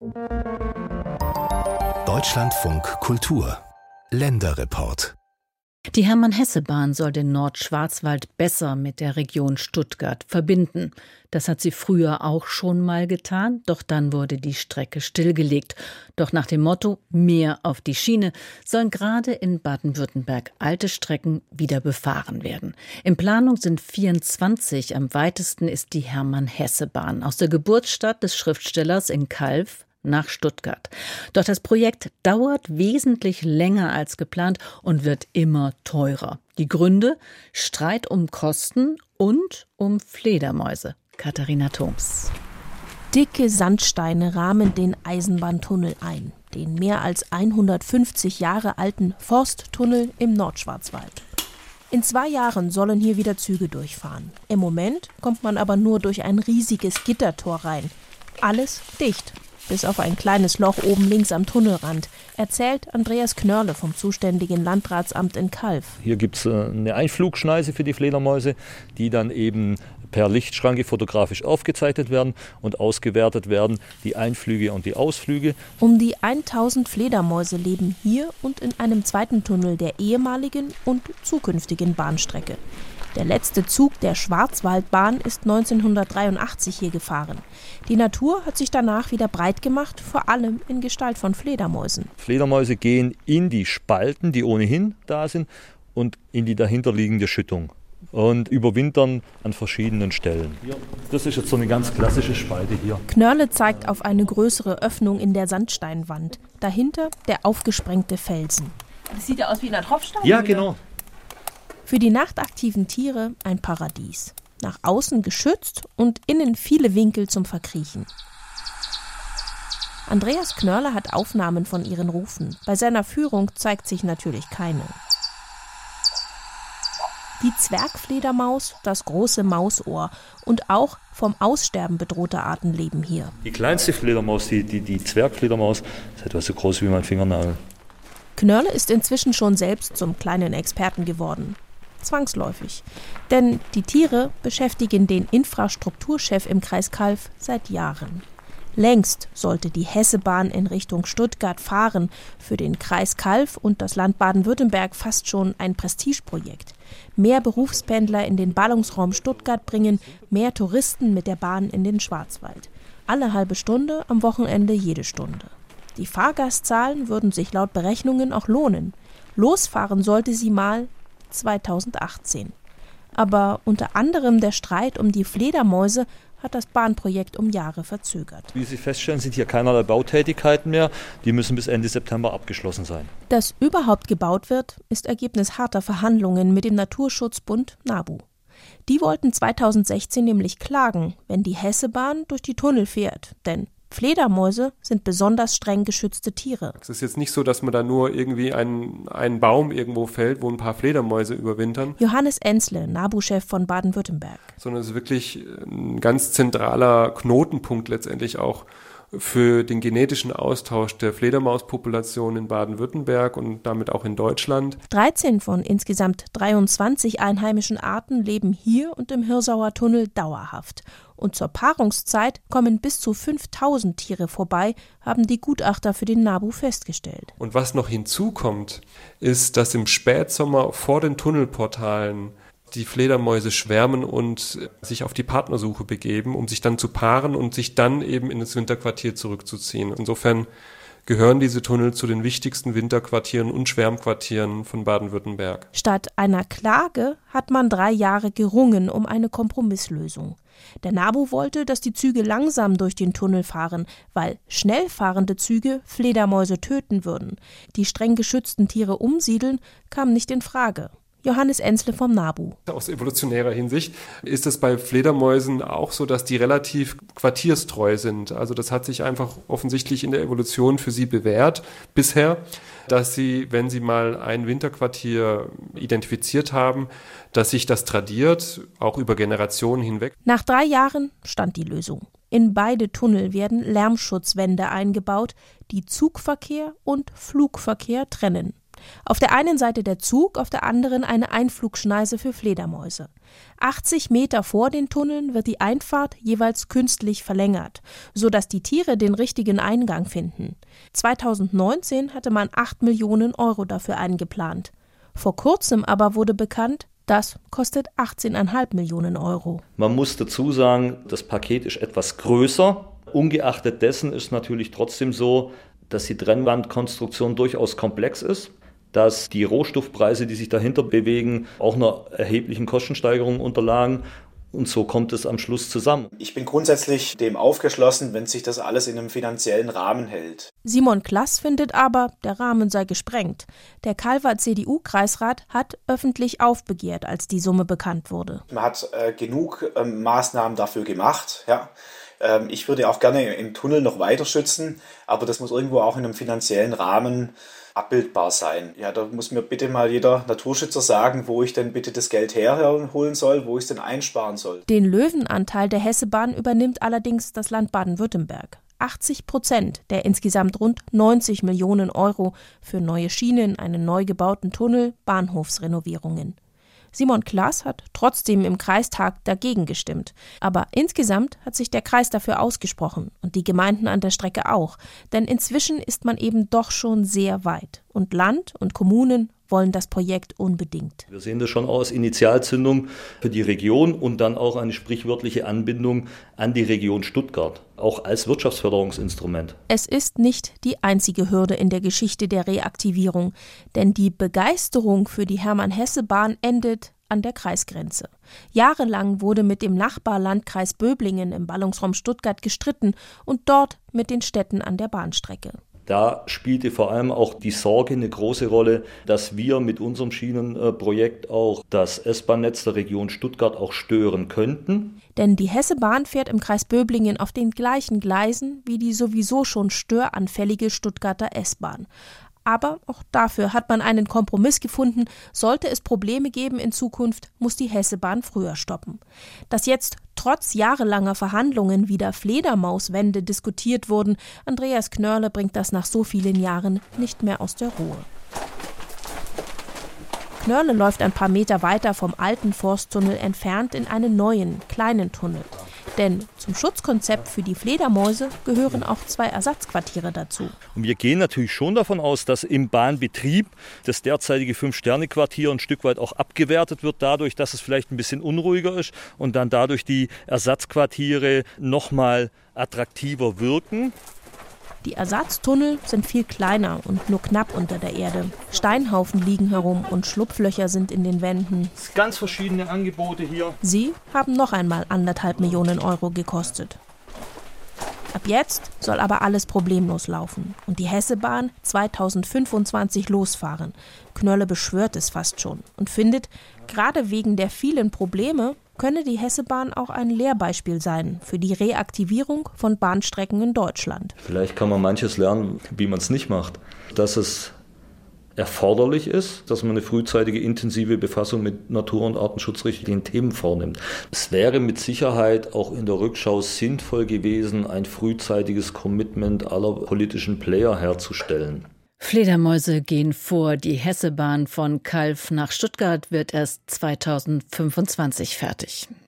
Deutschlandfunk Kultur Länderreport. Die Hermann-Hesse-Bahn soll den Nordschwarzwald besser mit der Region Stuttgart verbinden. Das hat sie früher auch schon mal getan, doch dann wurde die Strecke stillgelegt. Doch nach dem Motto „Mehr auf die Schiene" sollen gerade in Baden-Württemberg alte Strecken wieder befahren werden. In Planung sind 24, am weitesten ist die Hermann-Hesse-Bahn aus der Geburtsstadt des Schriftstellers in Calw nach Stuttgart. Doch das Projekt dauert wesentlich länger als geplant und wird immer teurer. Die Gründe? Streit um Kosten und um Fledermäuse. Katharina Thoms. Dicke Sandsteine rahmen den Eisenbahntunnel ein, den mehr als 150 Jahre alten Forsttunnel im Nordschwarzwald. In 2 Jahren sollen hier wieder Züge durchfahren. Im Moment kommt man aber nur durch ein riesiges Gittertor rein. Alles dicht. Bis auf ein kleines Loch oben links am Tunnelrand, erzählt Andreas Knörle vom zuständigen Landratsamt in Calw. Hier gibt es eine Einflugschneise für die Fledermäuse, die dann eben per Lichtschranke fotografisch aufgezeichnet werden und ausgewertet werden, die Einflüge und die Ausflüge. Um die 1000 Fledermäuse leben hier und in einem zweiten Tunnel der ehemaligen und zukünftigen Bahnstrecke. Der letzte Zug der Schwarzwaldbahn ist 1983 hier gefahren. Die Natur hat sich danach wieder breit gemacht, vor allem in Gestalt von Fledermäusen. Fledermäuse gehen in die Spalten, die ohnehin da sind, und in die dahinterliegende Schüttung und überwintern an verschiedenen Stellen. Hier, das ist jetzt so eine ganz klassische Spalte hier. Knörle zeigt auf eine größere Öffnung in der Sandsteinwand. Dahinter der aufgesprengte Felsen. Das sieht ja aus wie in einer Tropfstein. Ja, genau. Für die nachtaktiven Tiere ein Paradies. Nach außen geschützt und innen viele Winkel zum Verkriechen. Andreas Knörle hat Aufnahmen von ihren Rufen. Bei seiner Führung zeigt sich natürlich keine. Die Zwergfledermaus, das große Mausohr und auch vom Aussterben bedrohte Arten leben hier. Die kleinste Fledermaus, die Zwergfledermaus, ist etwa so groß wie mein Fingernagel. Knörle ist inzwischen schon selbst zum kleinen Experten geworden. Zwangsläufig. Denn die Tiere beschäftigen den Infrastrukturchef im Kreis Calw seit Jahren. Längst sollte die Hessebahn in Richtung Stuttgart fahren, für den Kreis Calw und das Land Baden-Württemberg fast schon ein Prestigeprojekt. Mehr Berufspendler in den Ballungsraum Stuttgart bringen, mehr Touristen mit der Bahn in den Schwarzwald. Alle halbe Stunde, am Wochenende jede Stunde. Die Fahrgastzahlen würden sich laut Berechnungen auch lohnen. Losfahren sollte sie mal 2018. Aber unter anderem der Streit um die Fledermäuse hat das Bahnprojekt um Jahre verzögert. Wie Sie feststellen, sind hier keinerlei Bautätigkeiten mehr. Die müssen bis Ende September abgeschlossen sein. Dass überhaupt gebaut wird, ist Ergebnis harter Verhandlungen mit dem Naturschutzbund NABU. Die wollten 2016 nämlich klagen, wenn die Hessebahn durch die Tunnel fährt. Denn Fledermäuse sind besonders streng geschützte Tiere. Es ist jetzt nicht so, dass man da nur irgendwie einen Baum irgendwo fällt, wo ein paar Fledermäuse überwintern. Johannes Enzle, NABU-Chef von Baden-Württemberg. Sondern es ist wirklich ein ganz zentraler Knotenpunkt letztendlich auch für den genetischen Austausch der Fledermauspopulation in Baden-Württemberg und damit auch in Deutschland. 13 von insgesamt 23 einheimischen Arten leben hier und im Hirsauer Tunnel dauerhaft. Und zur Paarungszeit kommen bis zu 5000 Tiere vorbei, haben die Gutachter für den NABU festgestellt. Und was noch hinzukommt, ist, dass im Spätsommer vor den Tunnelportalen die Fledermäuse schwärmen und sich auf die Partnersuche begeben, um sich dann zu paaren und sich dann eben in das Winterquartier zurückzuziehen. Insofern gehören diese Tunnel zu den wichtigsten Winterquartieren und Schwärmquartieren von Baden-Württemberg. Statt einer Klage hat man 3 Jahre gerungen um eine Kompromisslösung. Der NABU wollte, dass die Züge langsam durch den Tunnel fahren, weil schnell fahrende Züge Fledermäuse töten würden. Die streng geschützten Tiere umsiedeln kam nicht in Frage. Johannes Enzle vom NABU. Aus evolutionärer Hinsicht ist es bei Fledermäusen auch so, dass die relativ quartierstreu sind. Also das hat sich einfach offensichtlich in der Evolution für sie bewährt bisher, dass sie, wenn sie mal ein Winterquartier identifiziert haben, dass sich das tradiert, auch über Generationen hinweg. Nach 3 Jahren stand die Lösung. In beide Tunnel werden Lärmschutzwände eingebaut, die Zugverkehr und Flugverkehr trennen. Auf der einen Seite der Zug, auf der anderen eine Einflugschneise für Fledermäuse. 80 Meter vor den Tunneln wird die Einfahrt jeweils künstlich verlängert, sodass die Tiere den richtigen Eingang finden. 2019 hatte man 8 Millionen Euro dafür eingeplant. Vor kurzem aber wurde bekannt, das kostet 18,5 Millionen Euro. Man muss dazu sagen, das Paket ist etwas größer. Ungeachtet dessen ist natürlich trotzdem so, dass die Trennwandkonstruktion durchaus komplex ist, dass die Rohstoffpreise, die sich dahinter bewegen, auch einer erheblichen Kostensteigerung unterlagen. Und so kommt es am Schluss zusammen. Ich bin grundsätzlich dem aufgeschlossen, wenn sich das alles in einem finanziellen Rahmen hält. Simon Klass findet aber, der Rahmen sei gesprengt. Der Calver CDU-Kreisrat hat öffentlich aufbegehrt, als die Summe bekannt wurde. Man hat genug Maßnahmen dafür gemacht. Ja. Ich würde auch gerne im Tunnel noch weiter schützen, aber das muss irgendwo auch in einem finanziellen Rahmen abbildbar sein. Ja, da muss mir bitte mal jeder Naturschützer sagen, wo ich denn bitte das Geld herholen soll, wo ich es denn einsparen soll. Den Löwenanteil der Hessebahn übernimmt allerdings das Land Baden-Württemberg. 80% der insgesamt rund 90 Millionen Euro für neue Schienen, einen neu gebauten Tunnel, Bahnhofsrenovierungen. Simon Klaas hat trotzdem im Kreistag dagegen gestimmt. Aber insgesamt hat sich der Kreis dafür ausgesprochen und die Gemeinden an der Strecke auch. Denn inzwischen ist man eben doch schon sehr weit. Und Land und Kommunen wollen das Projekt unbedingt. Wir sehen das schon auch als Initialzündung für die Region und dann auch eine sprichwörtliche Anbindung an die Region Stuttgart, auch als Wirtschaftsförderungsinstrument. Es ist nicht die einzige Hürde in der Geschichte der Reaktivierung, denn die Begeisterung für die Hermann-Hesse-Bahn endet an der Kreisgrenze. Jahrelang wurde mit dem Nachbarlandkreis Böblingen im Ballungsraum Stuttgart gestritten und dort mit den Städten an der Bahnstrecke. Da spielte vor allem auch die Sorge eine große Rolle, dass wir mit unserem Schienenprojekt auch das S-Bahn-Netz der Region Stuttgart auch stören könnten. Denn die Hesse-Bahn fährt im Kreis Böblingen auf den gleichen Gleisen wie die sowieso schon störanfällige Stuttgarter S-Bahn. Aber auch dafür hat man einen Kompromiss gefunden. Sollte es Probleme geben in Zukunft, muss die Hessebahn früher stoppen. Dass jetzt trotz jahrelanger Verhandlungen wieder Fledermauswände diskutiert wurden, Andreas Knörle bringt das nach so vielen Jahren nicht mehr aus der Ruhe. Knörle läuft ein paar Meter weiter vom alten Forsttunnel entfernt in einen neuen, kleinen Tunnel. Denn zum Schutzkonzept für die Fledermäuse gehören auch 2 Ersatzquartiere dazu. Und wir gehen natürlich schon davon aus, dass im Bahnbetrieb das derzeitige 5-Sterne-Quartier ein Stück weit auch abgewertet wird, dadurch, dass es vielleicht ein bisschen unruhiger ist und dann dadurch die Ersatzquartiere noch mal attraktiver wirken. Die Ersatztunnel sind viel kleiner und nur knapp unter der Erde. Steinhaufen liegen herum und Schlupflöcher sind in den Wänden. Es sind ganz verschiedene Angebote hier. Sie haben noch einmal 1,5 Millionen Euro gekostet. Ab jetzt soll aber alles problemlos laufen und die Hessebahn 2025 losfahren. Knörle beschwört es fast schon und findet, gerade wegen der vielen Probleme könne die Hessebahn auch ein Lehrbeispiel sein für die Reaktivierung von Bahnstrecken in Deutschland. Vielleicht kann man manches lernen, wie man es nicht macht. Dass es erforderlich ist, dass man eine frühzeitige intensive Befassung mit natur- und artenschutzrechtlichen Themen vornimmt. Es wäre mit Sicherheit auch in der Rückschau sinnvoll gewesen, ein frühzeitiges Commitment aller politischen Player herzustellen. Fledermäuse gehen vor. Die Hessebahn von Calw nach Stuttgart wird erst 2025 fertig.